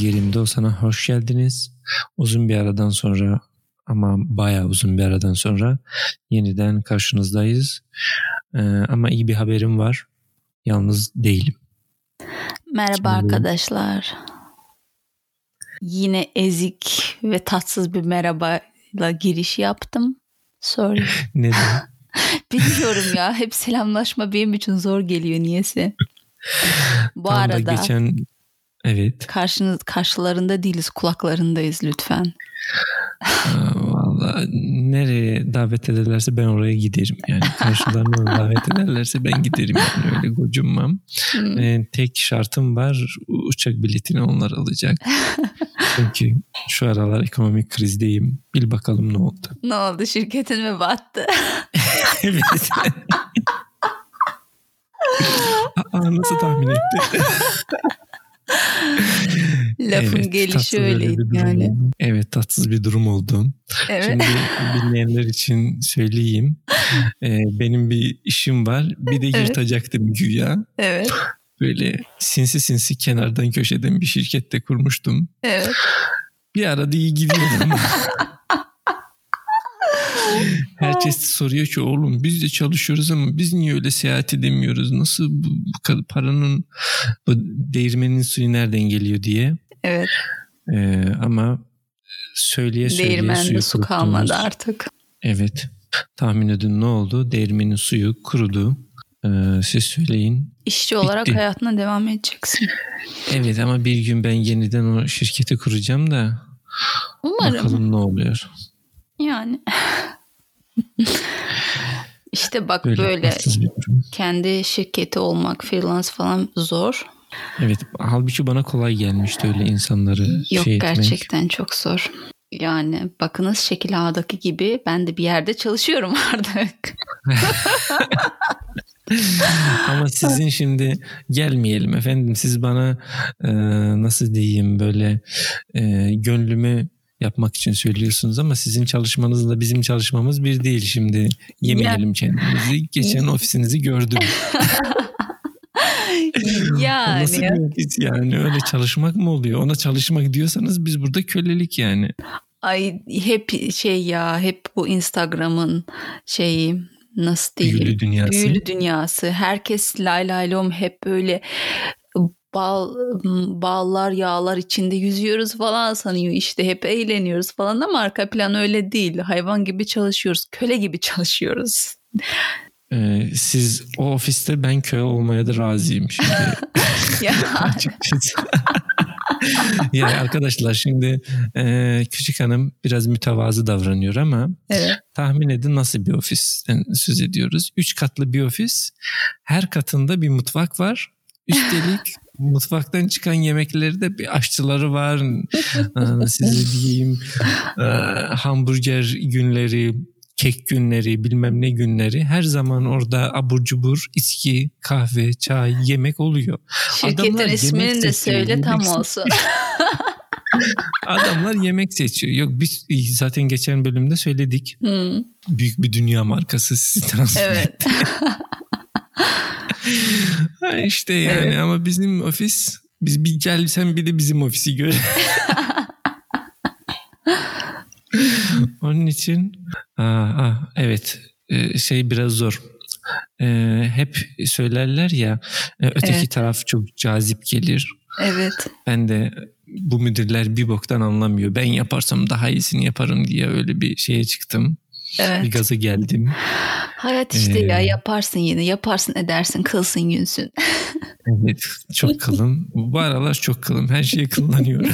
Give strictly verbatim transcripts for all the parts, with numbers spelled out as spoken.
yerinde o sana hoş geldiniz. Uzun bir aradan sonra ama bayağı uzun bir aradan sonra yeniden karşınızdayız. Ee, ama iyi bir haberim var. Yalnız değilim. Merhaba Şimdi... arkadaşlar. Yine ezik ve tatsız bir merhabayla giriş yaptım. Sorry. Neden? Bilmiyorum ya. Hep selamlaşma benim için zor geliyor niyeyse. Bu Tam arada da geçen evet. Karşınız, karşılarında değiliz, kulaklarındayız lütfen. Aa, vallahi nereye davet ederlerse ben oraya giderim. Yani karşılarına davet ederlerse ben giderim. Yani öyle gocunmam. Hmm. Ee, tek şartım var, uçak biletini onlar alacak. Çünkü şu aralar ekonomik krizdeyim. Bil bakalım ne oldu. Ne oldu? Şirketin mi battı? Evet. Aa, nasıl tahmin etti? Lafın evet, gelişi öyleydi yani. Oldu. Evet, tatsız bir durum oldu. Evet. Şimdi bilmeyenler için söyleyeyim. Ee, benim bir işim var. Bir de yırtacaktım güya. Evet. Böyle sinsi sinsi kenardan köşeden bir şirkette kurmuştum. Evet. Bir arada iyi gidiyordum. Herkes soruyor ki oğlum biz de çalışıyoruz ama biz niye öyle seyahat edemiyoruz? Nasıl bu, bu kadar paranın, bu değirmenin suyu nereden geliyor diye. Evet. Ee, ama söyleye söyleye Değirmende suyu su kuruttuğumuz. kalmadı artık. Evet. Tahmin edin ne oldu? Değirmenin suyu kurudu. Ee, siz söyleyin. İşçi olarak Bitti. hayatına devam edeceksin. Evet ama bir gün ben yeniden o şirketi kuracağım da umarım. Bakalım ne oluyor. Yani. İşte bak böyle, böyle kendi şirketi olmak, freelance falan zor. Evet, halbuki bana kolay gelmişti öyle insanları Yok, şey etmek. gerçekten çok zor. Yani bakınız Şekil Ağa'daki gibi ben de bir yerde çalışıyorum artık. Ama sizin şimdi gelmeyelim efendim. Siz bana e, nasıl diyeyim böyle e, gönlümü yapmak için söylüyorsunuz ama sizin çalışmanızla bizim çalışmamız bir değil şimdi. Yemeyelim ya. Kendimizi. Geçen ofisinizi gördüm. Yani. Nasıl bir ofis yani? Öyle çalışmak mı oluyor? Ona çalışmak diyorsanız biz burada kölelik yani. Ay hep şey ya, hep bu Instagram'ın şeyi, nasıl diyeyim? Büyülü dünyası. Büyülü dünyası. Herkes lay lay lom, hep böyle bal, ballar yağlar içinde yüzüyoruz falan sanıyor. İşte hep eğleniyoruz falan ama arka plan öyle değil. Hayvan gibi çalışıyoruz. Köle gibi çalışıyoruz. Ee, siz o ofiste, ben köle olmaya da razıyım şimdi. Ya. Ya arkadaşlar şimdi e, küçük hanım biraz mütevazı davranıyor ama evet. Tahmin edin nasıl bir ofisten söz ediyoruz. Üç katlı bir ofis. Her katında bir mutfak var. Üstelik mutfaktan çıkan yemekleri de bir aşçıları var. Size diyeyim hamburger günleri, kek günleri, bilmem ne günleri, her zaman orada abur cubur, içki, kahve, çay, yemek oluyor. Şirketin Adamlar ismini de söyle tam olsun. Adamlar yemek seçiyor. Yok biz zaten geçen bölümde söyledik. Hmm. Büyük bir dünya markası sizi transfer evet. etti. İşte yani evet. Ama bizim ofis, biz bir gel sen bir de bizim ofisi gör. Onun için aa, aa, evet şey biraz zor. Ee, hep söylerler ya öteki evet. taraf çok cazip gelir. Evet. Ben de bu müdürler bir boktan anlamıyor. Ben yaparsam daha iyisini yaparım diye öyle bir şeye çıktım. Evet. Bir gaza geldim. Hayat işte ee, ya yaparsın yine yaparsın edersin kılsın yünsün. Evet çok kılım. Bu aralar çok kılım. Her şeye kıllanıyorum.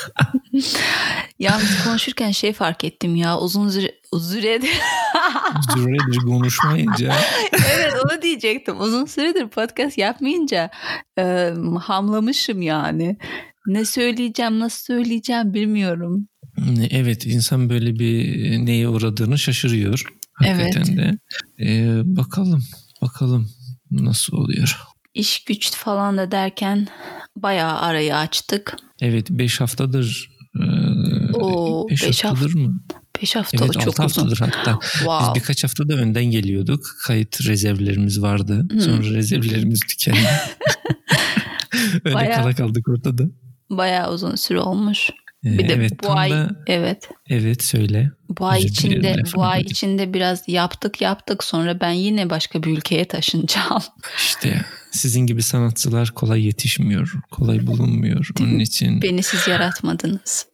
Yalnız konuşurken şey fark ettim ya uzun süre süredir. süredir konuşmayınca. Evet onu diyecektim. Uzun süredir podcast yapmayınca e, hamlamışım yani. Ne söyleyeceğim nasıl söyleyeceğim bilmiyorum. Evet insan böyle bir neye uğradığını şaşırıyor. Hakikaten evet. de. Ee, bakalım bakalım nasıl oluyor. İş güç falan da derken bayağı arayı açtık. Evet beş haftadır. E, Oo, beş, beş haftadır hafta, mı? beş hafta evet, çok altı uzun. haftadır hatta. Wow. Biz birkaç haftada önden geliyorduk. Kayıt rezervlerimiz vardı. Hmm. Sonra rezervlerimiz tükendi. Öyle bayağı, kala kaldık ortada. bayağı uzun süre olmuş. Bir Ee, de evet, bu ay da, evet. Evet söyle. Bu ay Özür içinde dilerim, bu ay lafını içinde biraz yaptık yaptık sonra ben yine başka bir ülkeye taşınacağım. İşte sizin gibi sanatçılar kolay yetişmiyor, kolay bulunmuyor. Onun için Beni siz yaratmadınız.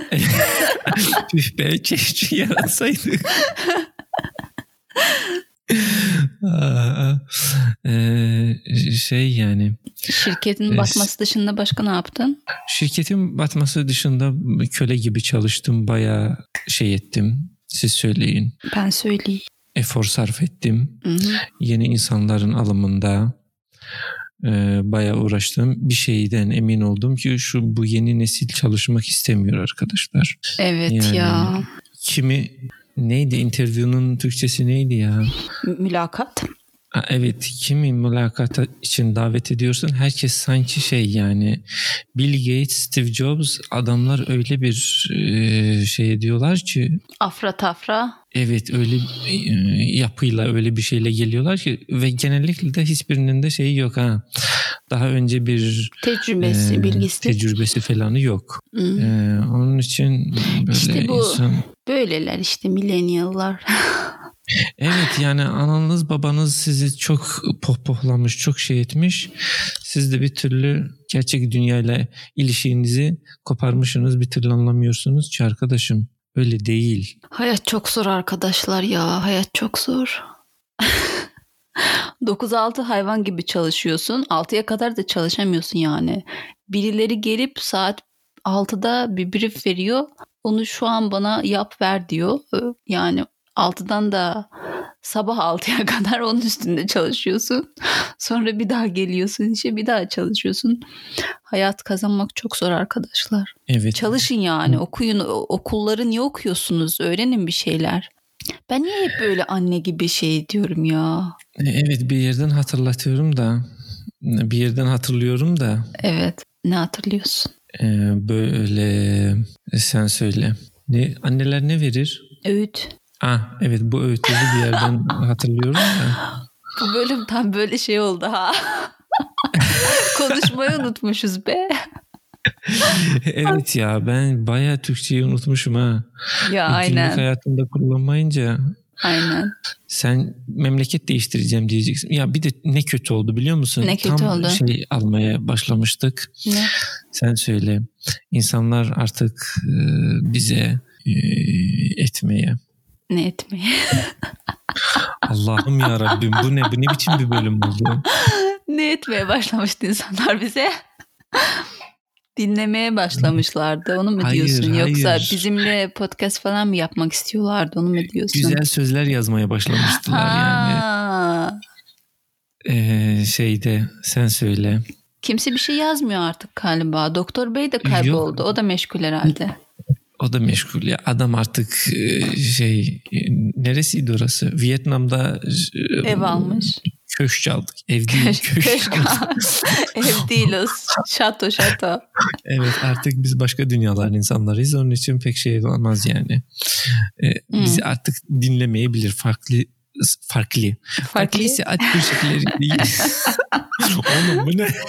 tüh be, keşke yaratsaydık. Aa, ee, şey yani. Şirketin batması dışında başka ne yaptın? Şirketin batması dışında köle gibi çalıştım. Bayağı şey ettim. Siz söyleyin. Ben söyleyeyim. Efor sarf ettim. Hı hı. Yeni insanların alımında e, bayağı uğraştım. Bir şeyden emin oldum ki şu bu yeni nesil çalışmak istemiyor arkadaşlar. Evet yani, ya. Kimi neydi, interview'nun Türkçesi neydi ya? Mülakat. Ha, evet, kimi mülakata için davet ediyorsun, herkes sanki şey yani Bill Gates, Steve Jobs, adamlar öyle bir e, şey diyorlar ki afra tafra. Evet, öyle e, yapıyla öyle bir şeyle geliyorlar ki ve genellikle de hiçbirinin de şeyi yok ha. Daha önce bir tecrübesi, e, bilgisi. Tecrübesi falanı yok. Hmm. E, onun için böyle işte bu insan... böyleler işte milenyallar. Evet yani ananız babanız sizi çok pohpohlamış, çok şey etmiş. Siz de bir türlü gerçek dünyayla ilişkinizi koparmışsınız, bir türlü anlamıyorsunuz ki arkadaşım. Öyle değil. Hayat çok zor arkadaşlar ya. Hayat çok zor. dokuz altı hayvan gibi çalışıyorsun. altıya kadar da çalışamıyorsun yani. Birileri gelip saat altıda bir brief veriyor. Onu şu an bana yap ver diyor. Yani altıdan da sabah altıya kadar onun üstünde çalışıyorsun. Sonra bir daha geliyorsun işe, bir daha çalışıyorsun. Hayat kazanmak çok zor arkadaşlar. Evet. Çalışın yani, okuyun. Okulları niye okuyorsunuz? Öğrenin bir şeyler. Ben niye hep böyle anne gibi şey diyorum ya? Evet, bir yerden hatırlatıyorum da, bir yerden hatırlıyorum da. Evet, ne hatırlıyorsun? Ee, böyle sen söyle. Ne, anneler ne verir? Öğüt. Ah evet, bu öğütleri bir yerden hatırlıyorum da. Bu bölüm tam böyle şey oldu ha. Konuşmayı unutmuşuz be. Evet ya, ben bayağı Türkçeyi unutmuşum ha. Ya aynen. Günlük hayatımda kullanmayınca. Aynen. Sen memleket değiştireceğim diyeceksin. Ya bir de ne kötü oldu biliyor musun? Ne kötü Tam oldu? şey almaya başlamıştık. Ne? Sen söyle. İnsanlar artık e, bize e, etmeye. Ne etmeye? Allah'ım ya Rabbim, bu ne? Bu ne biçim bir bölüm oldu? Ne etmeye başlamıştı insanlar bize? Dinlemeye başlamışlardı. Onu mu hayır, diyorsun? Yoksa hayır. bizimle podcast falan mı yapmak istiyorlardı? Onu mu diyorsun? Güzel sözler yazmaya başlamıştılar ha. yani. Ee, şeyde sen söyle. Kimse bir şey yazmıyor artık galiba. Doktor Bey de kayboldu. Yok. O da meşgul herhalde. O da meşgul ya. Adam artık şey, neresiydi orası? Vietnam'da ev almış. Köşk aldık. Ev değil. Köşk, köşk köşk ev değil o. Şato şato. Evet, artık biz başka dünyaların insanlarıyız. Onun için pek şey olmaz yani. Ee, hmm. Bizi artık dinlemeyebilir. Farklı farklı. Farklıysa aç bir şekilde değil. Oğlum bu ne?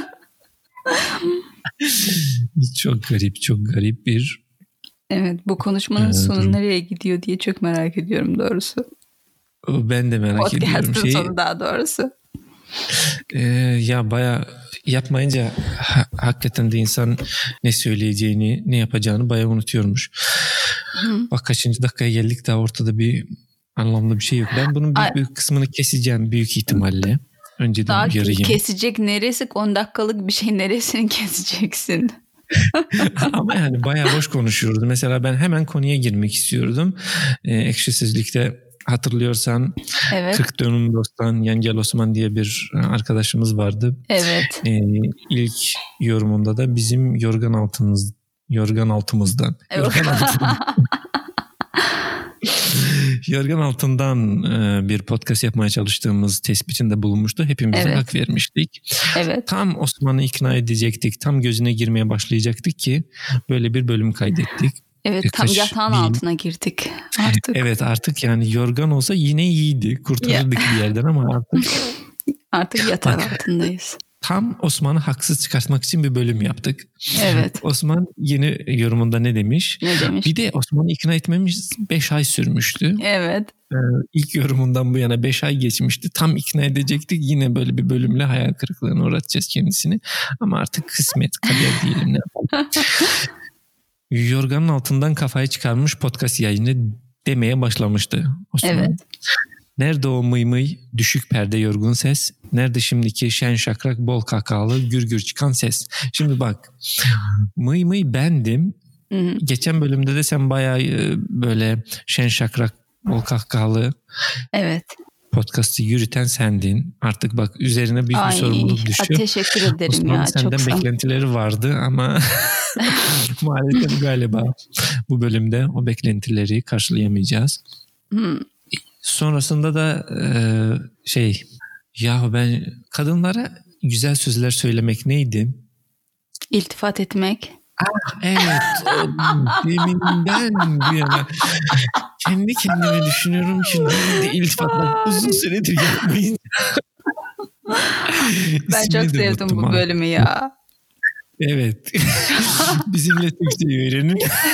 Çok garip, çok garip bir. Evet, bu konuşmanın evet, sonu durum. Nereye gidiyor diye çok merak ediyorum doğrusu. Ben de merak Podcast'ın ediyorum. Podcast'ın sonu daha doğrusu. E, ya bayağı yapmayınca ha, hakikaten de insan ne söyleyeceğini, ne yapacağını bayağı unutuyormuş. Hı. Bak kaçıncı dakikaya geldik, daha ortada bir anlamlı bir şey yok. Ben bunun büyük bir kısmını keseceğim büyük ihtimalle. Önceden daha uyarayım. Kesecek neresi? on dakikalık bir şey, neresini keseceksin? Ama yani bayağı boş konuşuyoruz. Mesela ben hemen konuya girmek istiyordum. Ee, Ekşisizlik'te hatırlıyorsan evet. kırk dönüm dostan Yengel Osman diye bir arkadaşımız vardı. Evet. Ee, ilk yorumunda da bizim yorgan altımız yorgan altımızdan. Evet. Yorgan altımızdan. Yorgan altından e, bir podcast yapmaya çalıştığımız tespitinde bulunmuştu. Hepimize evet. hak vermiştik. Evet. Tam Osman'ı ikna edecektik. Tam gözüne girmeye başlayacaktık ki böyle bir bölüm kaydettik. Evet, tam Kaş, yatağın değil. altına girdik artık. Evet, artık yani yorgan olsa yine iyiydi. Kurtarırdık ya. Bir yerden ama artık. Artık yatağın altındayız. tam Osman'ı haksız çıkartmak için bir bölüm yaptık. Evet. Osman yeni yorumunda ne demiş? Ne demiş? Bir de Osman'ı ikna etmemiz beş ay sürmüştü. Evet. Ee, ilk yorumundan bu yana beş ay geçmişti. Tam ikna edecektik. Yine böyle bir bölümle hayal kırıklığına uğratacağız kendisini. Ama artık kısmet, kader diyelim, ne yapalım. Yorganın altından kafayı çıkarmış podcast yayını demeye başlamıştı Osman. Evet. Nerede o mıy mıy, düşük perde yorgun ses? Nerede şimdiki şen şakrak, bol kahkahalı, gür gür çıkan ses? Şimdi bak, mıy mıy bendim. Hı hı. Geçen bölümde de sen bayağı böyle şen şakrak, bol kahkahalı, evet, podcast'ı yürüten sendin. Artık bak üzerine büyük Ay, bir sorumluluk düşüyor. Teşekkür ederim Osman'ın ya. senden çok beklentileri vardı ama maalesef galiba bu bölümde o beklentileri karşılayamayacağız. Hmm. Sonrasında da e, şey ya ben kadınlara güzel sözler söylemek neydi? İltifat etmek. Ah, evet. Deminden bu yana kendi kendime düşünüyorum ki nerede iltifatlar uzun süredir yapmayın. Ben çok sevdim bu ha. bölümü ya. Evet. Bizimle Türkçe öğrenin.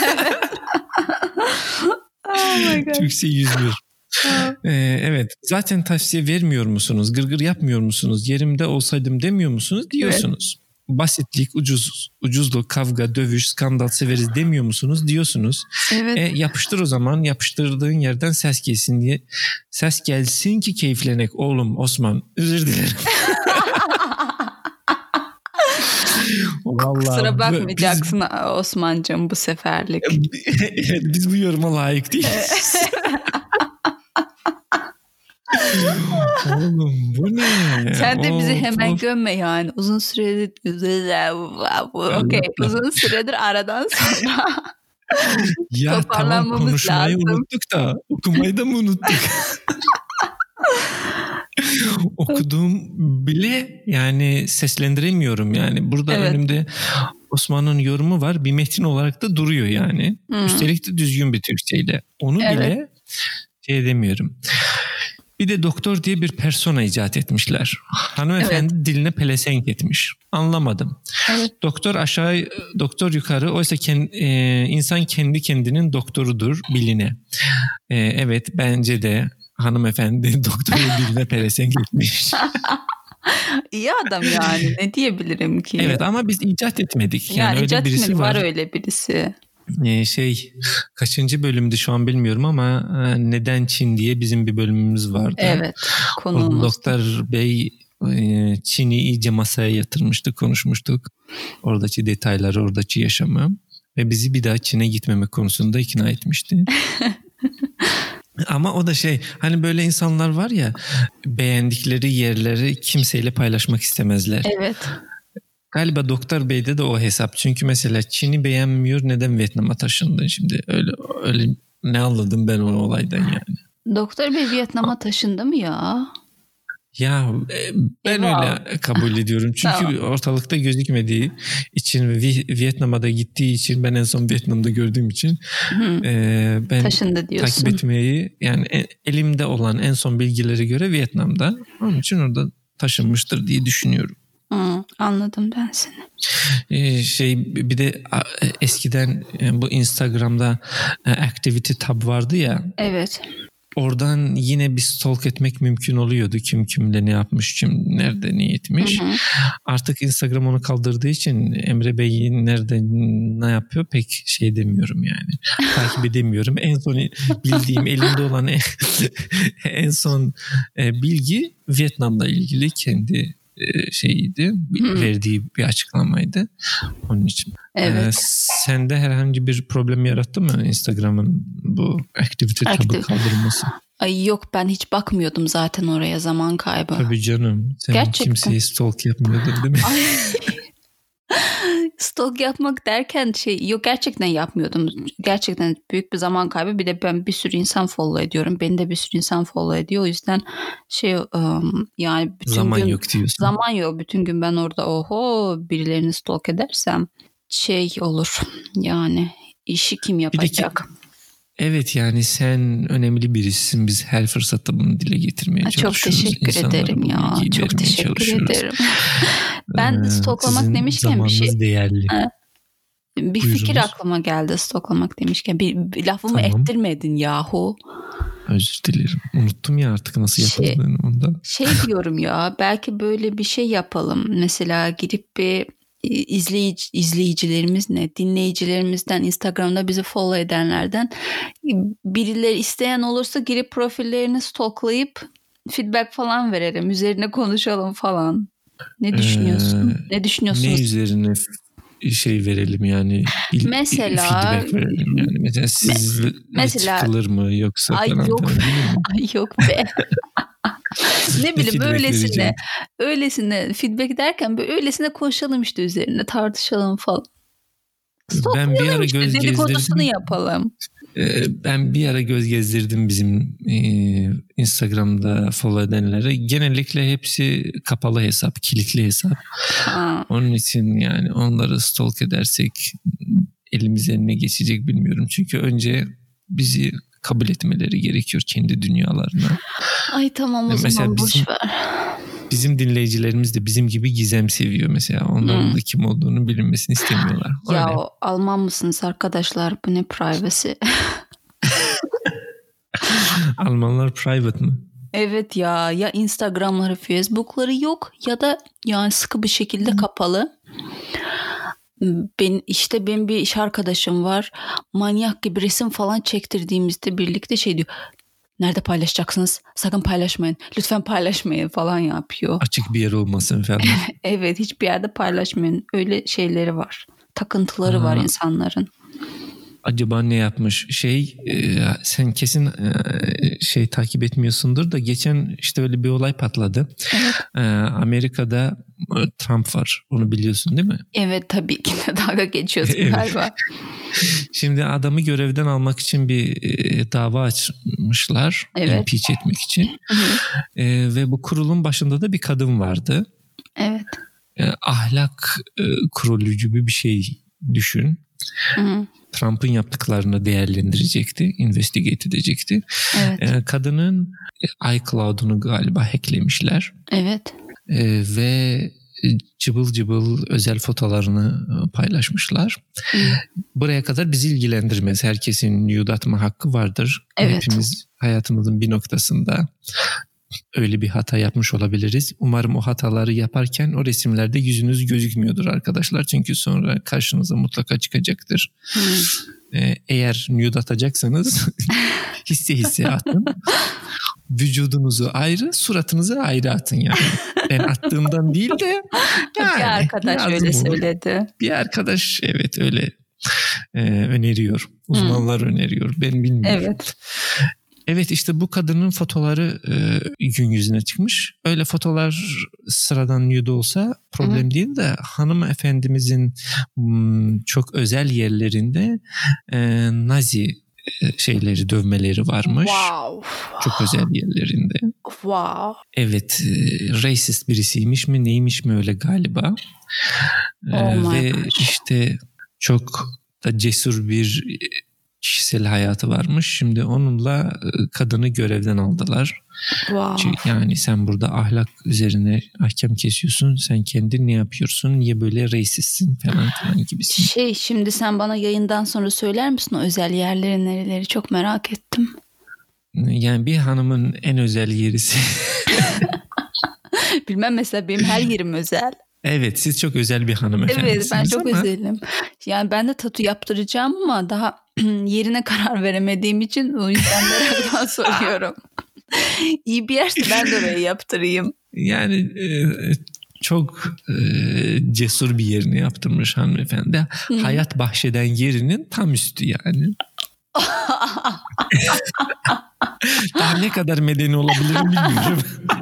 Oh Türkçe yüz bir. Ee, evet. Zaten tavsiye vermiyor musunuz? Gırgır yapmıyor musunuz? Yerimde olsaydım demiyor musunuz? Diyorsunuz. Evet. Basitlik, ucuz, ucuzluk, kavga, dövüş, skandal severiz demiyor musunuz? Diyorsunuz. Evet. E, yapıştır o zaman. Yapıştırdığın yerden ses gelsin diye. Ses gelsin ki keyiflenek. Oğlum Osman, özür dilerim. Vallahi, kusura bakmayacaksın biz, Osman'cığım bu seferlik. Evet, biz bu yoruma layık değiliz. Oğlum bu ne? Sen de of, bizi hemen of. gömme yani. Uzun süredir okay. Uzun süredir aradan sonra ya tamam konuşmayı lazım. Unuttuk da okumayı da mı unuttuk? Okuduğum bile yani seslendiremiyorum yani. Burada evet. Önümde Osman'ın yorumu var. Bir metin olarak da duruyor yani. Hmm. Üstelik de düzgün bir Türkçeyle. Onu evet. bile şey demiyorum. Bir de doktor diye bir persona icat etmişler. Hanımefendi evet. diline pelesenk etmiş. Anlamadım. Evet. Doktor aşağı, doktor yukarı. Oysa kend, e, insan kendi kendinin doktorudur biline. E, evet bence de hanımefendi doktoru diline pelesenk etmiş. İyi adam yani. Ne diyebilirim ki? Evet ama biz icat etmedik. Yani, yani öyle icat birisi etmedik. var. Var öyle birisi. Ee, şey kaçıncı bölümdü şu an bilmiyorum ama neden Çin diye bizim bir bölümümüz vardı. Evet. Konumuz. Doktor Bey Çin'i iyice masaya yatırmıştı, konuşmuştuk. Oradaki detayları, oradaki yaşamı ve bizi bir daha Çin'e gitmemek konusunda ikna etmişti. Ama o da şey hani böyle insanlar var ya beğendikleri yerleri kimseyle paylaşmak istemezler. Evet. Galiba Doktor Bey'de de o hesap. Çünkü mesela Çin'i beğenmiyor. Neden Vietnam'a taşındın şimdi? Öyle öyle ne anladım ben o olaydan yani. Doktor Bey Vietnam'a taşındı mı ya? Ya ben e, öyle wow. kabul ediyorum. Çünkü tamam. ortalıkta gözükmediği için ve Vietnam'a da gittiği için ben en son Vietnam'da gördüğüm için e, ben taşındı diyorsun. Takip etmeyi yani elimde olan en son bilgilere göre Vietnam'da. Onun için orada taşınmıştır diye düşünüyorum. Hı, anladım ben seni. Ee, şey bir de eskiden bu Instagram'da activity tab vardı ya. Evet. Oradan yine bir stalk etmek mümkün oluyordu. Kim kimle ne yapmış, kim nerede ne etmiş. Hı hı. Artık Instagram onu kaldırdığı için Emre Bey nerede ne yapıyor pek şey demiyorum yani. Takip edemiyorum. En son bildiğim elimde olan en, en son bilgi Vietnam'la ilgili kendi şeyiydi. Hmm. Verdiği bir açıklamaydı. Onun için. Evet. Ee, sende herhangi bir problem yarattı mı Instagram'ın bu activity tabı kaldırması? Ay yok ben hiç bakmıyordum zaten oraya zaman kaybı. Tabii canım. Sen gerçekten kimseyi stalk yapmıyordun değil mi? Stalk yapmak derken şey yok gerçekten yapmıyordum. Gerçekten büyük bir zaman kaybı. Bir de ben bir sürü insan follow ediyorum. Beni de bir sürü insan follow ediyor. O yüzden şey um, yani bütün zaman gün yok diyorsun. Zaman yok. Bütün gün ben orada oho birilerini stalk edersem şey olur. Yani işi kim yapacak? Evet yani sen önemli birisin. Biz her fırsatta bunu dile getirmeye Ha, çok çalışıyoruz. teşekkür İnsanlara ederim bu ya. bilgiyi Çok vermeye teşekkür çalışıyoruz. ederim. Ben Ee, stoklamak sizin demişken bir şey zamanınız değerli. Ha, bir Buyurunuz. fikir aklıma geldi stoklamak demişken. Bir, bir lafımı Tamam. ettirmedin yahu. Özür dilerim. Unuttum ya artık nasıl Şey- yapıldığını onda. Şey diyorum ya, belki böyle bir şey yapalım. Mesela girip bir izleyici, izleyicilerimiz ne dinleyicilerimizden, Instagram'da bizi follow edenlerden birileri isteyen olursa girip profillerini stalklayıp feedback falan verelim. Üzerine konuşalım falan. Ne düşünüyorsun? Ee, ne düşünüyorsunuz? Ne üzerine f- şey verelim yani il, Mesela- feedback verelim yani. Mesela sizle mesela- çıkılır mı yoksa Ay falan yok. filan, değil mi? Ay yok be. Ne bileyim feedback öylesine vereceğim? öylesine feedback derken böyle öylesine konuşalım işte, üzerine tartışalım falan. Ben bir ara İşte göz dedikodusunu gezdirdim. yapalım. Ee, Ben bir ara göz gezdirdim bizim e, Instagram'da follow edenlere. Genellikle hepsi kapalı hesap, kilitli hesap. Ha. Onun için yani onları stalk edersek elimize ne geçecek bilmiyorum. Çünkü önce bizi kabul etmeleri gerekiyor kendi dünyalarına. Ay tamam o Mesela zaman boş bizim- ver. Bizim dinleyicilerimiz de bizim gibi gizem seviyor mesela. Onların Hmm. da kim olduğunu bilinmesini istemiyorlar. Ya Öyle. o Alman mısınız arkadaşlar? Bu ne privacy? Almanlar private mı? Evet ya, ya Instagram'ları, Facebook'ları yok ya da yani sıkı bir şekilde kapalı. Ben işte benim bir iş arkadaşım var. Manyak gibi resim falan çektirdiğimizde birlikte şey diyor. Nerede paylaşacaksınız? Sakın paylaşmayın. Lütfen paylaşmayın falan yapıyor. Açık bir yer olmasın falan. Evet, hiçbir yerde paylaşmayın. Öyle şeyleri var. Takıntıları Ha. var insanların. Acaba ne yapmış? Şey e, sen kesin e, şey takip etmiyorsundur da geçen işte öyle bir olay patladı. Evet. E, Amerika'da e, Trump var. Onu biliyorsun değil mi? Evet tabii ki de dalga geçiyorsun Evet. galiba. Şimdi adamı görevden almak için bir e, dava açmışlar. Evet. Impeach etmek için. Hı hı. E, ve bu kurulun başında da bir kadın vardı. Evet. E, ahlak e, kurulu gibi bir şey düşün. Hı hı. Trump'ın yaptıklarını değerlendirecekti, investigate edecekti. Evet. E, kadının iCloud'unu galiba hacklemişler. Evet. E, ve cıbıl cıbıl özel fotolarını paylaşmışlar. Hı. Buraya kadar bizi ilgilendirmez. Herkesin nude atma hakkı vardır. Evet. Hepimiz hayatımızın bir noktasında öyle bir hata yapmış olabiliriz. Umarım o hataları yaparken o resimlerde yüzünüz gözükmüyordur arkadaşlar. Çünkü sonra karşınıza mutlaka çıkacaktır. Hı. Ee, eğer nude atacaksanız hisse hisse atın. Vücudunuzu ayrı, suratınızı ayrı atın yani. Ben attığımdan değil de yani bir arkadaş lazım öyle olur. söyledi. Bir arkadaş evet öyle e, öneriyor. Uzmanlar hmm. öneriyor. Ben bilmiyorum. Evet. Evet işte bu kadının fotoları e, gün yüzüne çıkmış. Öyle fotolar sıradan nude olsa problem hmm. değil de hanımefendimizin m, çok özel yerlerinde e, Nazi şeyleri, dövmeleri varmış. Wow. Çok özel yerlerinde. Wow. Evet, racist birisiymiş mi neymiş mi öyle galiba. Oh Ve gosh. işte çok da cesur bir kişisel hayatı varmış. Şimdi onunla kadını görevden aldılar. Wow. Yani sen burada ahlak üzerine ahkam kesiyorsun. Sen kendin ne yapıyorsun? Niye böyle racistsin falan filan gibisin. Şey şimdi sen bana yayından sonra söyler misin o özel yerleri nereleri? Çok merak ettim. Yani bir hanımın en özel yerisi. Bilmem mesela benim her yerim özel. Evet siz çok özel bir hanımefendisiniz. Evet ben çok ama... özelim. Yani ben de tatu yaptıracağım ama daha yerine karar veremediğim için o yüzden meraktan soruyorum. İyi bir yerse ben de oraya yaptırayım. Yani e, çok e, cesur bir yerini yaptırmış hanımefendi. Hı. Hayat bahşeden yerinin tam üstü yani. Daha ne kadar medeni olabilirim bilmiyorum.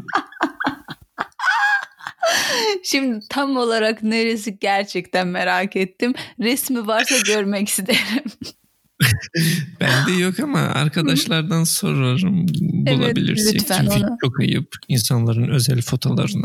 Şimdi tam olarak neresi gerçekten merak ettim. Resmi varsa görmek isterim. Bende yok ama arkadaşlardan sorarım bulabilirsek. Evet, lütfen çünkü onu. çok ayıp insanların özel fotolarına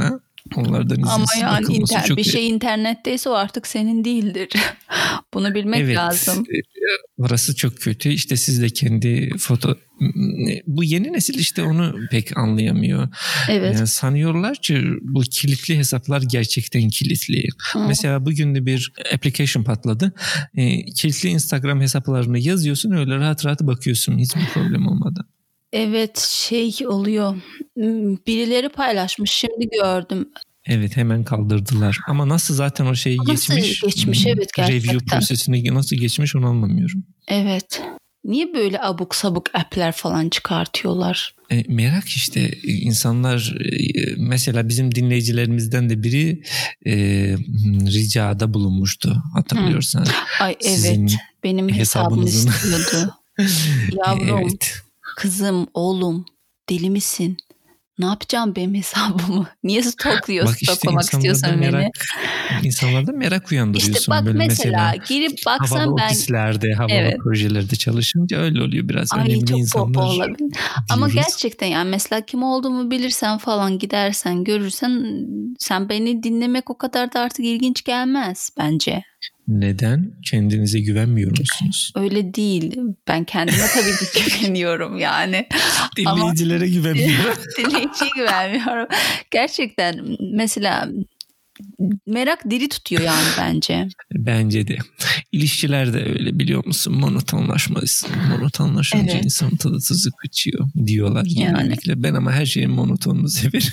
Onlardan Ama izinsiz yani bakılması inter- çok bir şey internetteyse o artık senin değildir. Bunu bilmek evet, lazım. Orası çok kötü. İşte siz de kendi foto... Bu yeni nesil işte onu pek anlayamıyor. Evet. Yani sanıyorlar ki bu kilitli hesaplar gerçekten kilitli. Hı. Mesela bugün de bir application patladı. E, kilitli Instagram hesaplarını yazıyorsun, öyle rahat rahat bakıyorsun hiçbir problem olmadan. Evet, şey oluyor. Birileri paylaşmış, şimdi gördüm. Evet, hemen kaldırdılar. Ama nasıl zaten o şeyi Nasıl geçmiş? geçmiş, evet, gerçekten. Review prosesini nasıl geçmiş onu anlamıyorum. Evet. Niye böyle abuk sabuk app'ler falan çıkartıyorlar? E, merak işte. insanlar e, mesela bizim dinleyicilerimizden de biri e, ricada bulunmuştu, hatırlıyorsan. Hı. Ay Sizin evet, benim hesabımı hesabınızın... istiyordu. Yavrum, evet. Kızım, oğlum, deli misin? Ne yapacağım benim hesabımı? Niye stalkluyorsun, Bak işte stalklamak istiyorsan merak, beni? İnsanlarda merak uyandırıyorsun. İşte bak böyle mesela, mesela girip baksan havalı ben... ofislerde, havalı Evet. projelerde çalışınca öyle oluyor biraz. Ay Önemli çok insanlar popo olabilir. Ama diyoruz. gerçekten yani mesela kim olduğumu bilirsen falan, gidersen görürsen, sen beni dinlemek o kadar da artık ilginç gelmez bence. Neden? Kendinize güvenmiyor musunuz? Öyle değil. Ben kendime tabii ki güveniyorum yani. Dinleyicilere Ama güvenmiyorum. dinleyiciye güvenmiyorum. Gerçekten mesela merak diri tutuyor yani bence. Bence de. İlişkiler de öyle, biliyor musun? Monotonlaşmalısın. Monotonlaşınca Evet. insanın tadı tuzu kaçıyor diyorlar Yani. genellikle. Ben ama her şeyin monotonunu severim.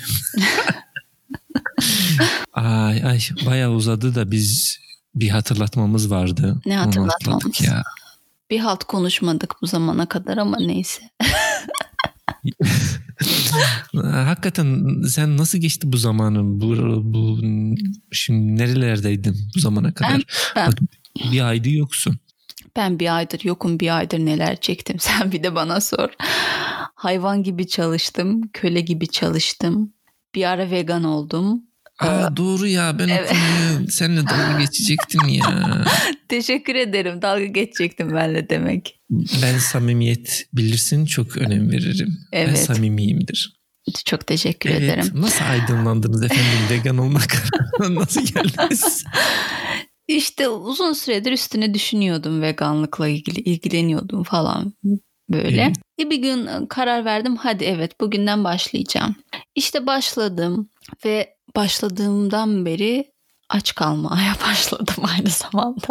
ay ay bayağı uzadı da biz bir hatırlatmamız vardı. Ne hatırlatmamız? Ya. Bir halt konuşmadık bu zamana kadar ama neyse. Hakikaten sen nasıl geçti bu zamanın? Bu, bu şimdi nerelerdeydin bu zamana kadar? Ben, ben, Bak, bir ayda yoksun. Ben bir aydır yokum, bir aydır neler çektim. Sen bir de bana sor. Hayvan gibi çalıştım, köle gibi çalıştım. Bir ara vegan oldum. Aa, doğru ya, ben Evet. o konuyu seninle dalga geçecektim ya. Teşekkür ederim, dalga geçecektim benimle demek. Ben samimiyet, bilirsin, çok önem veririm. Evet. Ben samimiyimdir. Çok teşekkür evet, ederim. Nasıl aydınlandınız efendim vegan olmak? Nasıl geldiniz? İşte uzun süredir üstüne düşünüyordum, veganlıkla ilgili ilgileniyordum falan böyle. Evet. E bir gün karar verdim, hadi evet bugünden başlayacağım. İşte başladım ve başladığımdan beri aç kalmaya başladım aynı zamanda.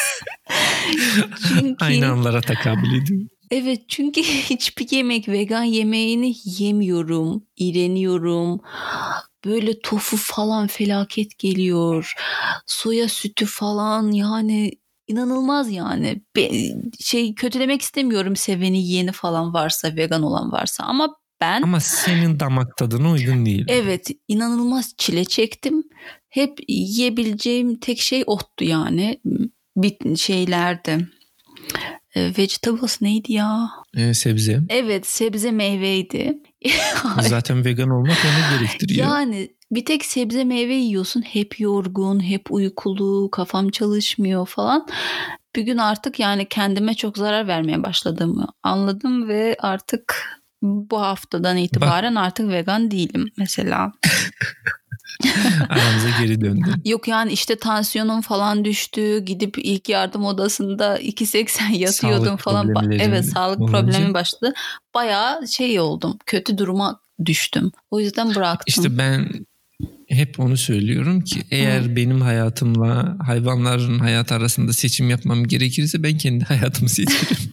Çünkü, aynı anlara tekabül ediyor. Evet, çünkü hiçbir yemek, vegan yemeğini yemiyorum, iğreniyorum. Böyle tofu falan felaket geliyor. Soya sütü falan, yani inanılmaz yani. Şey, kötülemek istemiyorum seveni, yiyeni falan varsa, vegan olan varsa, ama ben... Ama senin damak tadına uygun değil. Evet, inanılmaz çile çektim. Hep yiyebileceğim tek şey ottu yani. Bir şeylerdi. Vegetables neydi ya? Ee, sebze. Evet, sebze meyveydi. Zaten vegan olmak onu gerektiriyor. Yani bir tek sebze meyve yiyorsun. Hep yorgun, hep uykulu, kafam çalışmıyor falan. Bir gün artık yani kendime çok zarar vermeye başladığımı anladım ve artık bu haftadan itibaren Bak. artık vegan değilim mesela. Aramıza geri döndün. Yok yani işte tansiyonum falan düştü. Gidip ilk yardım odasında iki seksen yatıyordum sağlık falan. Evet, sağlık olunca... problemi başladı. Bayağı şey oldum. Kötü duruma düştüm. O yüzden bıraktım. İşte ben hep onu söylüyorum ki eğer Hı. benim hayatımla hayvanların hayatı arasında seçim yapmam gerekirse ben kendi hayatımı seçerim.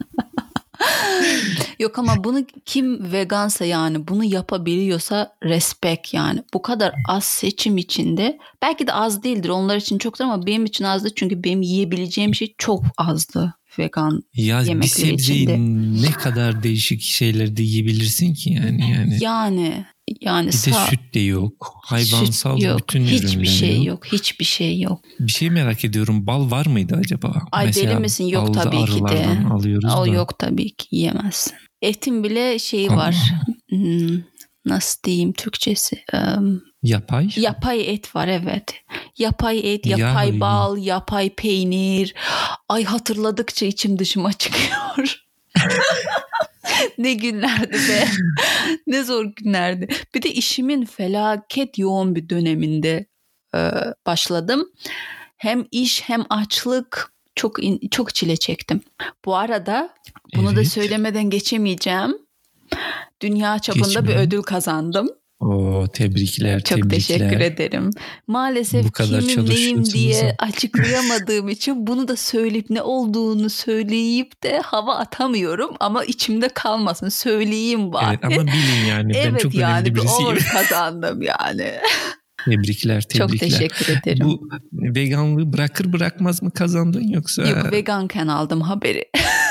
Yok ama bunu kim vegansa, yani bunu yapabiliyorsa respect yani. Bu kadar az seçim içinde, belki de az değildir onlar için çoktur ama benim için azdı, çünkü benim yiyebileceğim şey çok azdı vegan ya yemekleri içinde. Ya bir sebzeyi ne kadar değişik şeyler de yiyebilirsin ki yani. Yani, yani, yani bir sağ... de süt de yok. Hayvansal yok, bütün ürünler hiçbir şey yok. yok. Hiçbir şey yok. Bir şey merak ediyorum. Bal var mıydı acaba? Ay mesela deli misin? Yok tabii ki de. Alıyoruz o da. yok tabii ki, yiyemezsin. Etin bile şeyi var. Hmm, nasıl diyeyim Türkçesi? Um, yapay. Yapay et var, evet. Yapay et, yapay ya, bal, yapay peynir. Ay hatırladıkça içim dışıma çıkıyor. Ne günlerdi be. Ne zor günlerdi. Bir de işimin felaket yoğun bir döneminde e, başladım. Hem iş hem açlık, çok in, çok çile çektim. Bu arada bunu evet. da söylemeden geçemeyeceğim. Dünya çapında Geçme. bir ödül kazandım. Oo, tebrikler, Çok tebrikler. teşekkür ederim. Maalesef kimim neyim diye açıklayamadığım için bunu da söyleyip ne olduğunu söyleyip de hava atamıyorum ama içimde kalmasın. Söyleyeyim bari. Evet ama bilin yani. Evet, ben çok yani önemli birisiyim. Evet yani kazandım yani. Tebrikler, tebrikler. Çok teşekkür ederim. Bu veganlığı bırakır bırakmaz mı kazandın yoksa? Yok, veganken aldım haberi.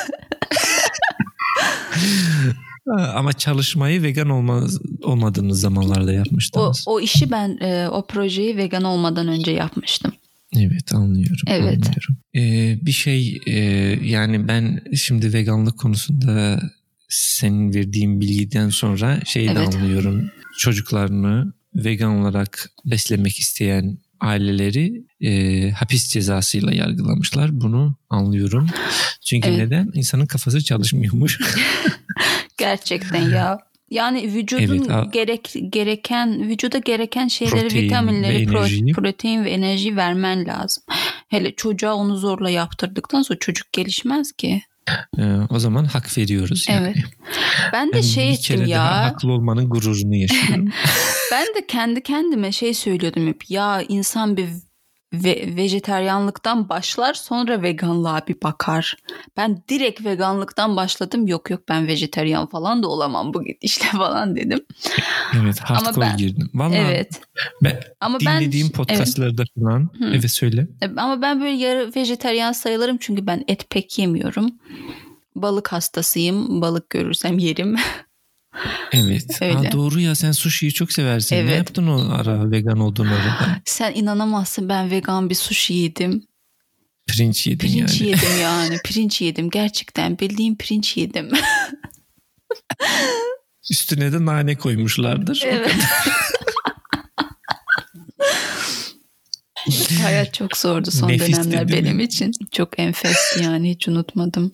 Ama çalışmayı vegan olmaz, olmadığınız zamanlarda yapmıştınız. O, o işi ben, e, o projeyi vegan olmadan önce yapmıştım. Evet, anlıyorum. Evet. Anlıyorum. Ee, bir şey e, yani ben şimdi veganlık konusunda senin verdiğin bilgiden sonra şeyi evet. de anlıyorum. Çocuklarını vegan olarak beslemek isteyen aileleri e, hapis cezasıyla yargılamışlar. Bunu anlıyorum. Çünkü evet. neden? İnsanın kafası çalışmıyormuş. Gerçekten ya. Yani vücudun evet, gerek gereken vücuda gereken şeyleri, protein vitaminleri, pro, protein ve enerji vermen lazım. Hele çocuğa onu zorla yaptırdıktan sonra çocuk gelişmez ki. Ee, o zaman hak veriyoruz yani. Evet. Ben de ben şey bir ettim kere ya. Daha haklı olmanın gururunu yaşıyorum. Ben de kendi kendime şey söylüyordum hep. Ya insan bir ve vejeteryanlıktan başlar sonra veganlığa bir bakar. Ben direkt veganlıktan başladım. Yok yok ben vejeteryan falan da olamam bu gidişle falan dedim. Evet, hardcore ben, girdim. Vallahi evet. Ben ama dinlediğim ben, podcastlarda evet. falan Hı. evet söyle. Ama ben böyle yarı vejeteryan sayılırım çünkü ben et pek yemiyorum. Balık hastasıyım. Balık görürsem yerim. Evet. Aa, doğru ya, sen sushi'yi çok seversin. Evet. Ne yaptın o ara vegan olduğun arada? Sen inanamazsın, ben vegan bir sushi yedim. Pirinç yedin pirinç yani. Pirinç yedim yani. Pirinç yedim. Gerçekten bildiğim pirinç yedim. Üstüne de nane koymuşlardır. Evet. Hayat çok zordu son Nefisti, dönemler benim mi? için. Çok enfesti yani, hiç unutmadım.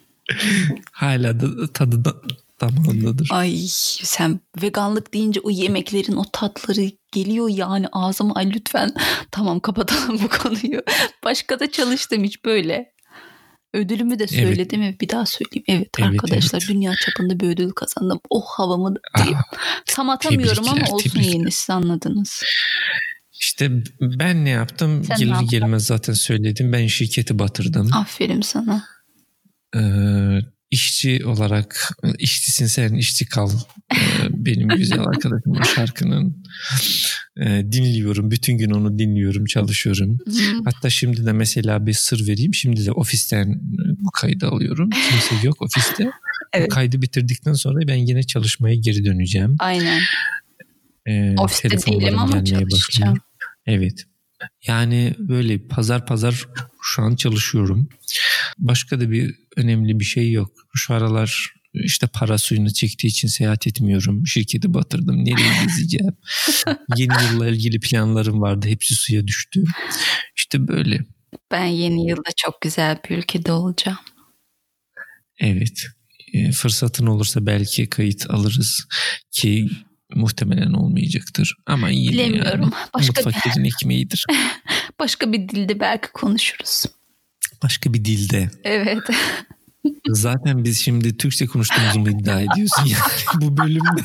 Hala da tadı da damağındadır. Ay sen veganlık deyince o yemeklerin o tatları geliyor yani ağzıma. Ay lütfen tamam kapatalım bu konuyu. Başka da çalıştım hiç böyle. Ödülümü de söyledim evet. mi? Bir daha söyleyeyim. Evet, evet arkadaşlar evet. dünya çapında bir ödül kazandım. Oh havamı diyeyim. Tam atamıyorum ama olsun tebrikler. Yine siz anladınız. İşte ben ne yaptım? Sen Gelir ne gelmez zaten söyledim. Ben şirketi batırdım. Aferin sana. Ee, işçi olarak işçisin sen, işçi kal. Ee, benim güzel arkadaşım o şarkının. Ee, dinliyorum. Bütün gün onu dinliyorum, çalışıyorum. Hatta şimdi de mesela bir sır vereyim. Şimdi de ofisten bu kaydı alıyorum. Kimse yok ofiste. Evet. Kaydı bitirdikten sonra ben yine çalışmaya geri döneceğim. Aynen. Ee, ofiste değilim ama çalışacağım. Başlıyor. Evet. Yani böyle pazar pazar şu an çalışıyorum. Başka da bir önemli bir şey yok. Şu aralar işte para suyunu çektiği için seyahat etmiyorum. Şirketi batırdım. Nereye gezeceğim? Yeni yılla ilgili planlarım vardı. Hepsi suya düştü. İşte böyle. Ben yeni yılda çok güzel bir ülkede olacağım. Evet. E, fırsatın olursa belki kayıt alırız ki muhtemelen olmayacaktır. Ama yine bilemiyorum. Yani başka mutfakların bir... ekmeğidir. Başka bir dilde belki konuşuruz. Başka bir dilde. Evet. Zaten biz şimdi Türkçe konuştuğumuzu mu iddia ediyorsun yani bu bölümde?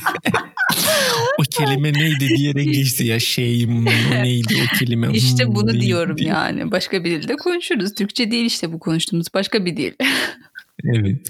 O kelime neydi diyerek geçti ya, şeyim o neydi o kelime. İşte bunu hmm, diyorum diye. Yani başka bir dilde konuşuruz. Türkçe değil işte bu konuştuğumuz, başka bir dil. Evet.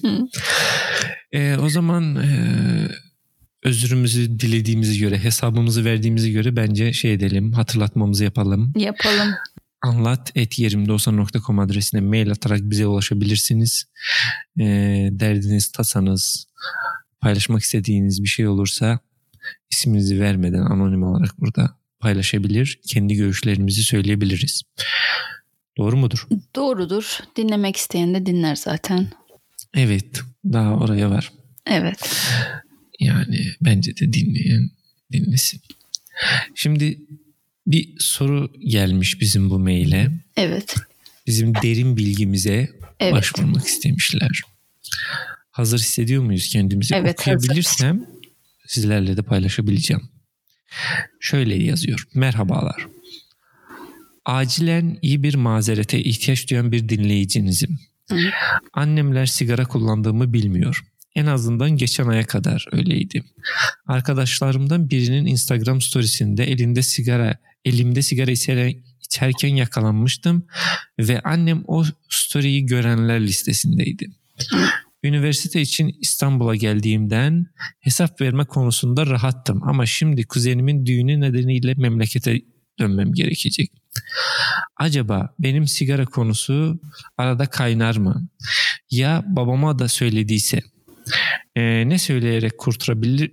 ee, o zaman e, özrümüzü dilediğimize göre, hesabımızı verdiğimize göre bence şey edelim, hatırlatmamızı yapalım. Yapalım. anlat et yerimdeolsan nokta com adresine mail atarak bize ulaşabilirsiniz. E, derdiniz, tasanız, paylaşmak istediğiniz bir şey olursa isminizi vermeden anonim olarak burada paylaşabilir. Kendi görüşlerimizi söyleyebiliriz. Doğru mudur? Doğrudur. Dinlemek isteyen de dinler zaten. Evet. Daha oraya var. Evet. Yani bence de dinleyen dinlesin. Şimdi bir soru gelmiş bizim bu maile. Evet. Bizim derin bilgimize evet. başvurmak istemişler. Hazır hissediyor muyuz kendimizi? Evet, okuyabilirsem hazırız. Sizlerle de paylaşabileceğim. Şöyle yazıyor. Merhabalar. Acilen iyi bir mazerete ihtiyaç duyan bir dinleyicinizim. Hı. Annemler sigara kullandığımı bilmiyor. En azından geçen aya kadar öyleydi. Arkadaşlarımdan birinin Instagram storiesinde elinde sigara, elimde sigara içerken yakalanmıştım ve annem o story'yi görenler listesindeydi. Üniversite için İstanbul'a geldiğimden hesap verme konusunda rahattım ama şimdi kuzenimin düğünü nedeniyle memlekete dönmem gerekecek. Acaba benim sigara konusu arada kaynar mı? Ya babama da söylediyse e, ne söyleyerek kurtulabilir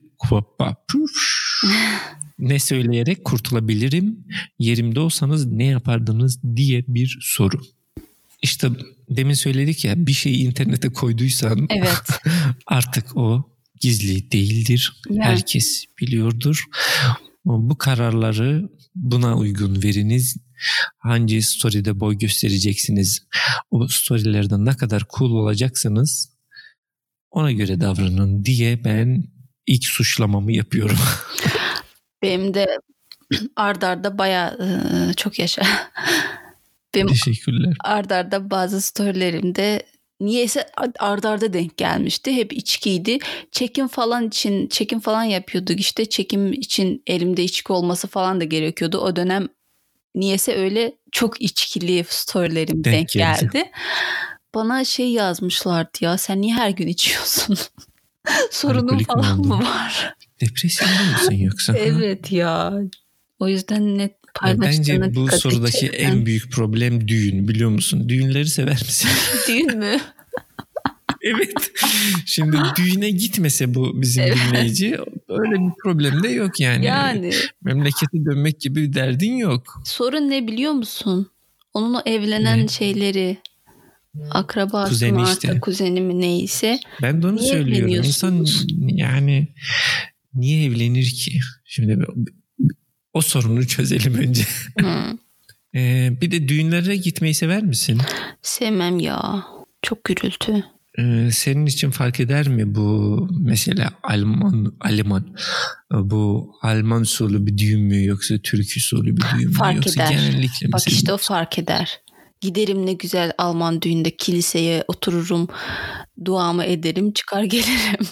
ne söyleyerek kurtulabilirim? Yerimde olsanız ne yapardınız diye bir soru. İşte demin söyledik ya, bir şeyi internete koyduysan evet. artık o gizli değildir. Yani. Herkes biliyordur. Bu kararları buna uygun veriniz. Hangi story'de boy göstereceksiniz? O story'lerden ne kadar cool olacaksınız? Ona göre davranın diye ben ilk suçlamamı yapıyorum. Benim de ard arda bayağı çok yaşa. Benim Teşekkürler. Ard arda bazı storylerimde niyeyse ard arda denk gelmişti. Hep içkiydi. Çekim falan için çekim falan yapıyorduk işte. Çekim için elimde içki olması falan da gerekiyordu. O dönem niyeyse öyle çok içkili storylerim denk, denk geldi. Bana şey yazmışlardı ya, sen niye her gün içiyorsun? Sorunun Alkolik falan mı var? Depresyonda mısın yoksa? Evet ya. O yüzden net Bence bu sorudaki edecekten. En büyük problem düğün, biliyor musun? Düğünleri sever misin? Düğün mü? Evet. Şimdi düğüne gitmese bu bizim evet. dinleyici, öyle bir problem de yok yani. Yani. Memlekete dönmek gibi bir derdin yok. Sorun ne biliyor musun? Onun o evlenen ne? şeyleri, akrabası kuzeni mı artık işte. Kuzeni mi neyse. Ben de onu niye söylüyorum. İnsan yani niye evlenir ki? Şimdi o sorunu çözelim önce. Hmm. ee, bir de düğünlere gitmeyi sever misin? Sevmem ya. Çok gürültü. Ee, senin için fark eder mi bu mesela Alman Alman bu Alman usulü bir düğün mü yoksa Türk usulü bir düğün mü? Fark yoksa eder. Genellikle mi? Bak işte o fark eder. Giderim ne güzel Alman düğünde kiliseye otururum, duamı ederim, çıkar gelirim.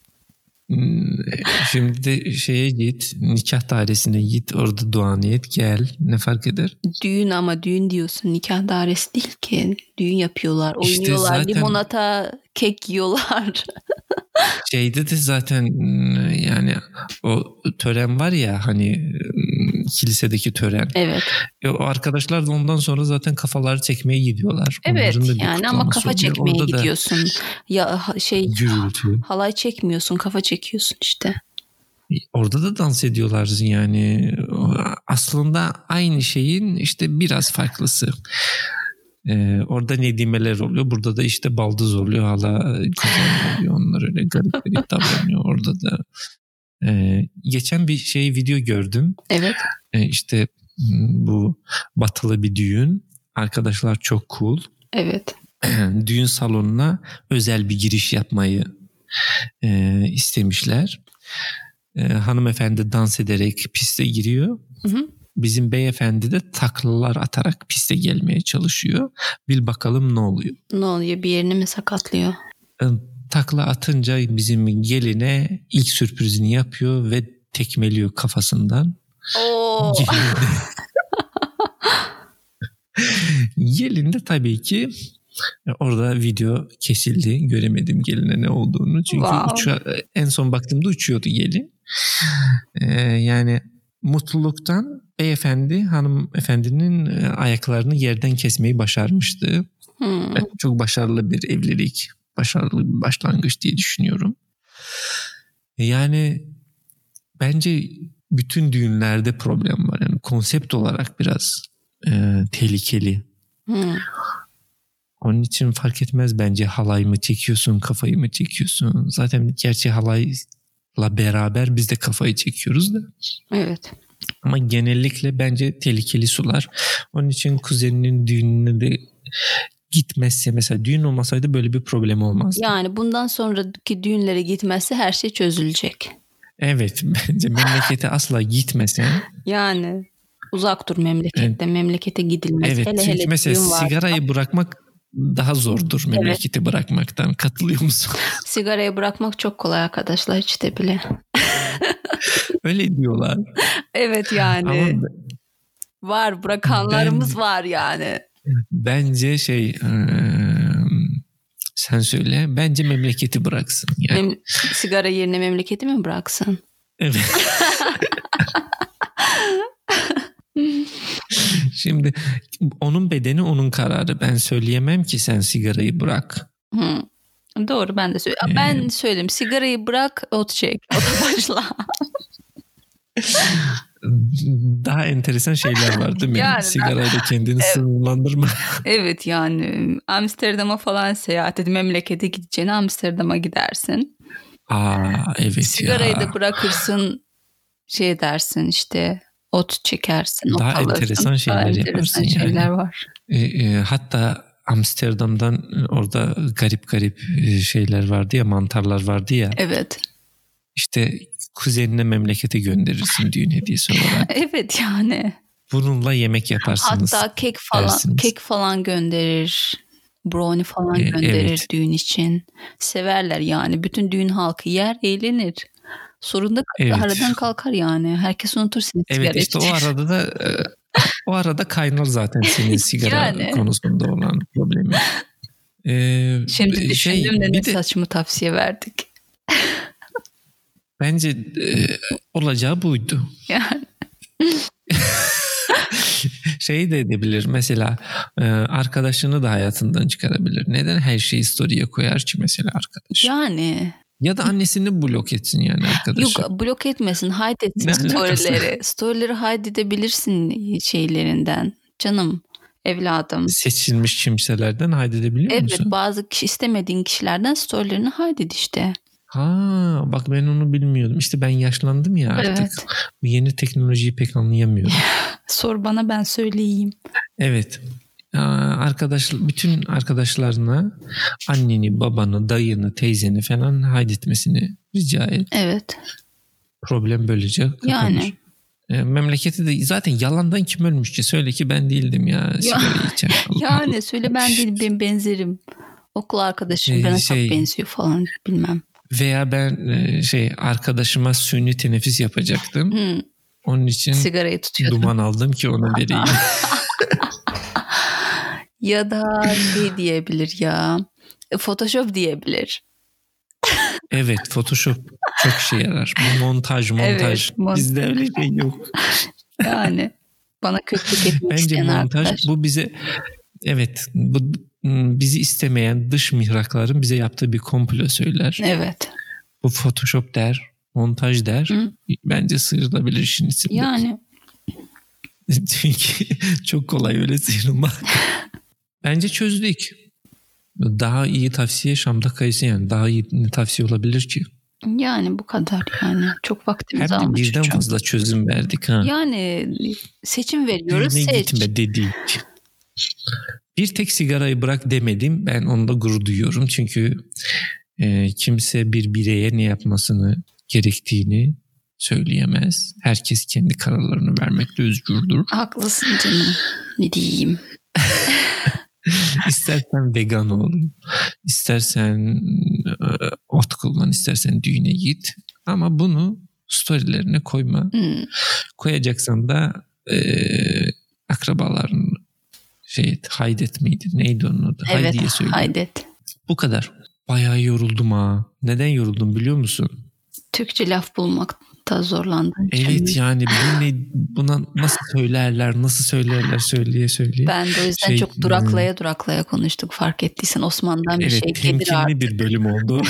Şimdi de şeye git, nikah dairesine git, orada duanı et, gel. Ne fark eder? Düğün ama düğün diyorsun, nikah dairesi değil ki. Düğün yapıyorlar, oynuyorlar, işte zaten, limonata, kek yiyorlar. Şeyde de zaten yani o tören var ya, hani kilisedeki tören. Evet. E, o arkadaşlar da ondan sonra zaten kafaları çekmeye gidiyorlar. Evet yani ama kafa oluyor. Çekmeye orada gidiyorsun. Ya şey gürültü. Halay çekmiyorsun, kafa çekiyorsun işte. Orada da dans ediyorlar yani. Aslında aynı şeyin işte biraz farklısı. Ee, orada nedimeler oluyor. Burada da işte baldız oluyor. Hala kuzen oluyor. Onlar öyle garip garip davranıyor. Orada da ee, geçen bir şey video gördüm. Evet. Ee, işte bu batılı bir düğün. Arkadaşlar çok cool. Evet. Düğün salonuna özel bir giriş yapmayı e, istemişler. E, hanımefendi dans ederek piste giriyor. Hı hı. Bizim beyefendi de taklalar atarak piste gelmeye çalışıyor. Bil bakalım ne oluyor? Ne oluyor? Bir yerini mi sakatlıyor? Takla atınca bizim geline ilk sürprizini yapıyor ve tekmeliyor kafasından. Oo. Gelin de tabii ki orada video kesildi. Göremedim geline ne olduğunu. Çünkü wow. uça, en son baktığımda uçuyordu gelin. Ee, yani mutluluktan beyefendi hanımefendinin ayaklarını yerden kesmeyi başarmıştı. Hmm. Çok başarılı bir evlilik, başarılı bir başlangıç diye düşünüyorum. Yani bence bütün düğünlerde problem var. Yani konsept olarak biraz e, tehlikeli. Hmm. Onun için fark etmez bence halay mı çekiyorsun, kafayı mı çekiyorsun. Zaten gerçi halayla beraber biz de kafayı çekiyoruz da. Evet. Ama genellikle bence tehlikeli sular. Onun için kuzeninin düğününe de gitmezse mesela düğün olmasaydı böyle bir problem olmazdı. Yani bundan sonraki düğünlere gitmezse her şey çözülecek. Evet, bence memlekete asla gitmesen. Yani uzak dur memlekette. Evet. Memlekete gidilmez. Evet, hele çünkü hele mesela düğün varsa. sigarayı bırakmak daha zordur memleketi evet. bırakmaktan. Katılıyor musun? Sigarayı bırakmak çok kolay arkadaşlar, hiç de bile. Öyle diyorlar. Evet yani. Ama var, bırakanlarımız ben, var yani. Bence şey e, sen söyle, bence memleketi bıraksın. Yani. Mem- sigara yerine memleketi mi bıraksın? Evet. Şimdi onun bedeni onun kararı. Ben söyleyemem ki sen sigarayı bırak. Hı. Doğru, ben de söyleyeyim. Ee, ben söyleyeyim, sigarayı bırak, ot çek, ota başla. Daha enteresan şeyler var değil mi? Yani, sigarayla kendini evet. sınırlandırma. Evet yani Amsterdam'a falan seyahat edip memlekete gideceğine Amsterdam'a gidersin. Aa evet sigarayı ya. Sigarayı da bırakırsın, şey dersin işte, ot çekersin, daha ot alırsın. Enteresan şeyler daha yaparsın enteresan yani. şeyler var. E, e, hatta Amsterdam'dan orada garip garip şeyler vardı ya, mantarlar vardı ya. Evet. İşte kuzenine memlekete gönderirsin düğün hediyesi olarak. Evet yani. Bununla yemek yaparsınız. Hatta kek falan, dersiniz. kek falan gönderir. Brownie falan ee, gönderir evet. düğün için. Severler yani. Bütün düğün halkı yer, eğlenir. Sorunda evet. aradan kalkar yani. Herkes unutur seni evet, sigara işte içecek. o arada da o arada kaynar zaten senin sigara yani. konusunda olan problemi. Ee, Şimdi şey, düşündüm de ne de, saçma tavsiye verdik. Bence e, olacağı buydu. Yani. Şey de edebilir mesela, e, arkadaşını da hayatından çıkarabilir. Neden her şeyi story'e koyar ki mesela arkadaş? Yani. Ya da annesini blok etsin yani arkadaşı. Yok, blok etmesin, hide etsin storyleri. Storyleri hide edebilirsin şeylerinden. Canım, evladım. Seçilmiş kimselerden hide edebiliyor evet, musun? Evet, bazı kişi, istemediğin kişilerden storylerini hide et işte. Ha, bak ben onu bilmiyordum. İşte ben yaşlandım ya artık. Evet. Bu yeni teknolojiyi pek anlayamıyorum. Sor bana, ben söyleyeyim. Evet. Arkadaş, bütün arkadaşlarına anneni, babanı, dayını, teyzeni falan haydetmesini rica et. Evet. Problem böylece kapanır. Yani. E, memleketi de zaten yalandan kim ölmüş ki? Söyle ki ben değildim ya. Sigarayı içen. Yani Allah. Söyle ben değilim, ben benzerim. Okul arkadaşım ee, bana şey, çok benziyor falan, bilmem. Veya ben şey arkadaşıma sünni teneffüs yapacaktım. Hmm. Onun için sigarayı tutuyordum. Duman aldım ki ona vereyim. Ya da şey diyebilir ya. Photoshop diyebilir. Evet, Photoshop çok işe yarar. Bu montaj montaj. Evet, mont- Bizde öyle şey yok. Yani bana kötülük etmek Bence isteyen montaj arkadaş. Bu bize evet bu bizi istemeyen dış mihrakların bize yaptığı bir komplo söyler. Evet. Bu Photoshop der, montaj der. Hı? Bence sıyrılabilir işin içinde. Yani. Çünkü çok kolay öyle sıyrılmak. Bence çözdük. Daha iyi tavsiye Şam'da kayısı yani. Daha iyi ne tavsiye olabilir ki? Yani bu kadar yani. Çok vaktimiz almış. Hem de birden çok. fazla çözüm verdik ha. Yani seçim veriyoruz. Düğüne seç. gitme dedik. Bir tek sigarayı bırak demedim. Ben onda gurur duyuyorum. Çünkü e, kimse bir bireye ne yapmasını gerektiğini söyleyemez. Herkes kendi kararlarını vermekte özgürdür. Haklısın canım. Ne diyeyim? İstersen vegan ol, istersen ot kullan, istersen düğüne git. Ama bunu storylerine koyma. Hmm. Koyacaksan da e, akrabaların şey haydet miydi? Neydi onun adı? Evet, Haydiye söyle. haydet. Bu kadar. Bayağı yoruldum ha. Neden yoruldum biliyor musun? Türkçe laf bulmakta zorlandım. Evet şimdi. yani bu ne, buna nasıl söylerler, nasıl söylerler söyleye söyleye. Ben de o yüzden şey, çok duraklaya duraklaya konuştuk, fark ettiysen. Osman'dan bir evet, şey gelir artık. Evet, temkinli bir bölüm oldu.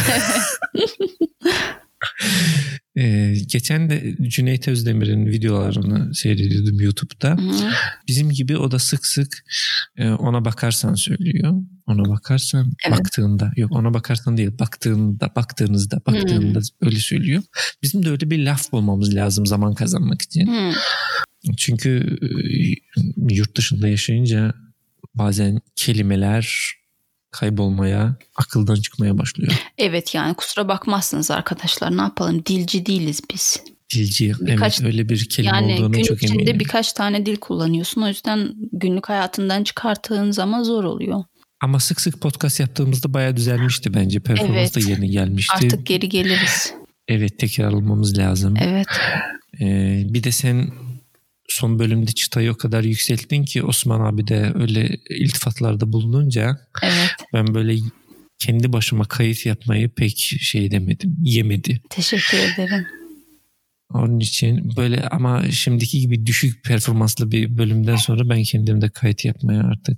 Ee, geçen de Cüneyt Özdemir'in videolarını seyrediyordum YouTube'da. Hı-hı. Bizim gibi o da sık sık e, ona bakarsan söylüyor. Ona bakarsan evet. baktığında yok ona bakarsan değil baktığında baktığınızda baktığında Hı-hı. öyle söylüyor. Bizim de öyle bir laf bulmamız lazım zaman kazanmak için. Hı-hı. Çünkü e, yurt dışında yaşayınca bazen kelimeler kaybolmaya, akıldan çıkmaya başlıyor. Evet yani kusura bakmazsınız arkadaşlar, ne yapalım, dilci değiliz biz. Dilci, birkaç, evet, öyle bir kelime yani olduğuna çok eminim. Yani gün içinde birkaç tane dil kullanıyorsun, o yüzden günlük hayatından çıkarttığın zaman zor oluyor. Ama sık sık podcast yaptığımızda bayağı düzelmişti bence. Performans evet, da yerine gelmişti. Artık geri geliriz. Evet, tekrar almamız lazım. Evet. Ee, bir de sen son bölümde çıtayı o kadar yükselttin ki Osman abi de öyle iltifatlarda bulununca evet, ben böyle kendi başıma kayıt yapmayı pek şey demedim, yemedi. Teşekkür ederim. Onun için böyle, ama şimdiki gibi düşük performanslı bir bölümden sonra ben kendimde kayıt yapmaya artık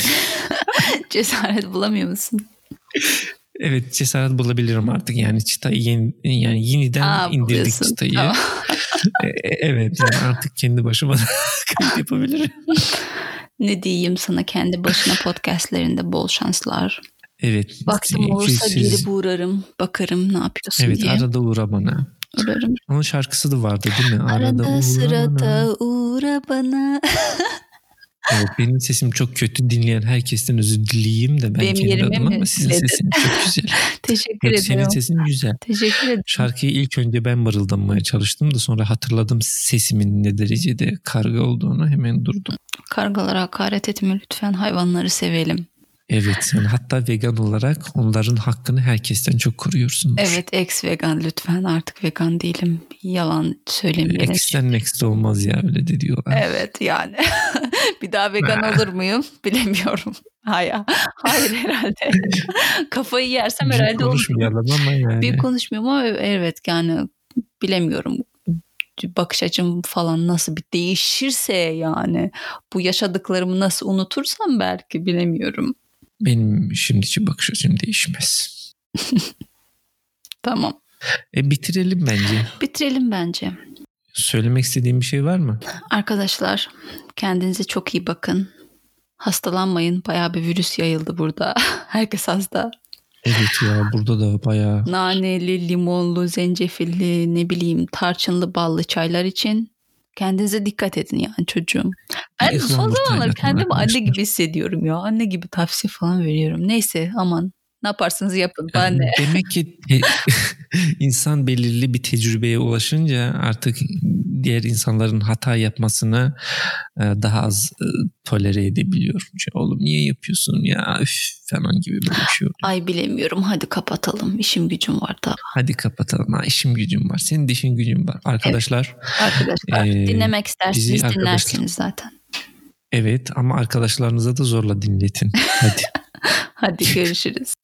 cesaret bulamıyor musun? Evet, cesaret bulabilirim artık yani çıtayı yeni, yani yeniden Aa, indirdik buluyorsun. Çıtayı. Tamam. Evet yani artık kendi başıma kayıt yapabilirim. Ne diyeyim sana, kendi başına podcastlerinde bol şanslar. Evet. Vaktim olursa siz... geri uğrarım, bakarım ne yapıyorsun evet, diye. Evet, arada uğra bana. Uğrarım. Onun şarkısı da vardı değil mi? Arada, arada uğra sırada bana. uğra bana. Evet, benim sesim çok kötü, dinleyen herkesten özür dileyeyim de ben benim kendi adıma, ama sizin sesiniz çok güzel. Teşekkür Yok, ederim. Senin sesin güzel. Teşekkür ederim. Şarkıyı ilk önce ben mırıldanmaya çalıştım da sonra hatırladım sesimin ne derecede karga olduğunu, hemen durdum. Kargalara hakaret etme lütfen, hayvanları sevelim. Evet, sen hatta vegan olarak onların hakkını herkesten çok koruyorsun. Evet, ex vegan lütfen, artık vegan değilim. Yalan söylemeyelim. Ex'ten next olmaz ya, öyle de diyorlar. Evet yani. Bir daha vegan olur muyum bilemiyorum. Hayır, hayır herhalde. Kafayı yersem bir herhalde olur. Konuşmayalım ama yani. Bir konuşmuyorum ama evet yani bilemiyorum. Bakış açım falan nasıl bir değişirse, yani bu yaşadıklarımı nasıl unutursam belki, bilemiyorum. Benim şimdiki bakış açım değişmez. Tamam. E bitirelim bence. Bitirelim bence. Söylemek istediğin bir şey var mı? Arkadaşlar kendinize çok iyi bakın. Hastalanmayın. Bayağı bir virüs yayıldı burada. Herkes hasta. Evet ya, burada da bayağı. Naneli, limonlu, zencefilli, ne bileyim tarçınlı, ballı çaylar için kendinize dikkat edin yani çocuğum. Ben son zamanlar kendimi anne gibi hissediyorum ya. Anne gibi tavsiye falan veriyorum. Neyse, aman ne yaparsanız yapın. Ben de. Demek ki insan belirli bir tecrübeye ulaşınca artık diğer insanların hata yapmasını daha az tolere edebiliyor. Oğlum niye yapıyorsun ya üf, falan gibi böyle bir şey oluyor. Ay bilemiyorum, hadi kapatalım. İşim gücüm var da. Hadi kapatalım. Ha, işim gücüm var. Senin de işin gücün var. Arkadaşlar. Evet. Arkadaşlar e, dinlemek isterseniz dinlersiniz zaten. Evet, ama arkadaşlarınıza da zorla dinletin. Hadi. Hadi görüşürüz.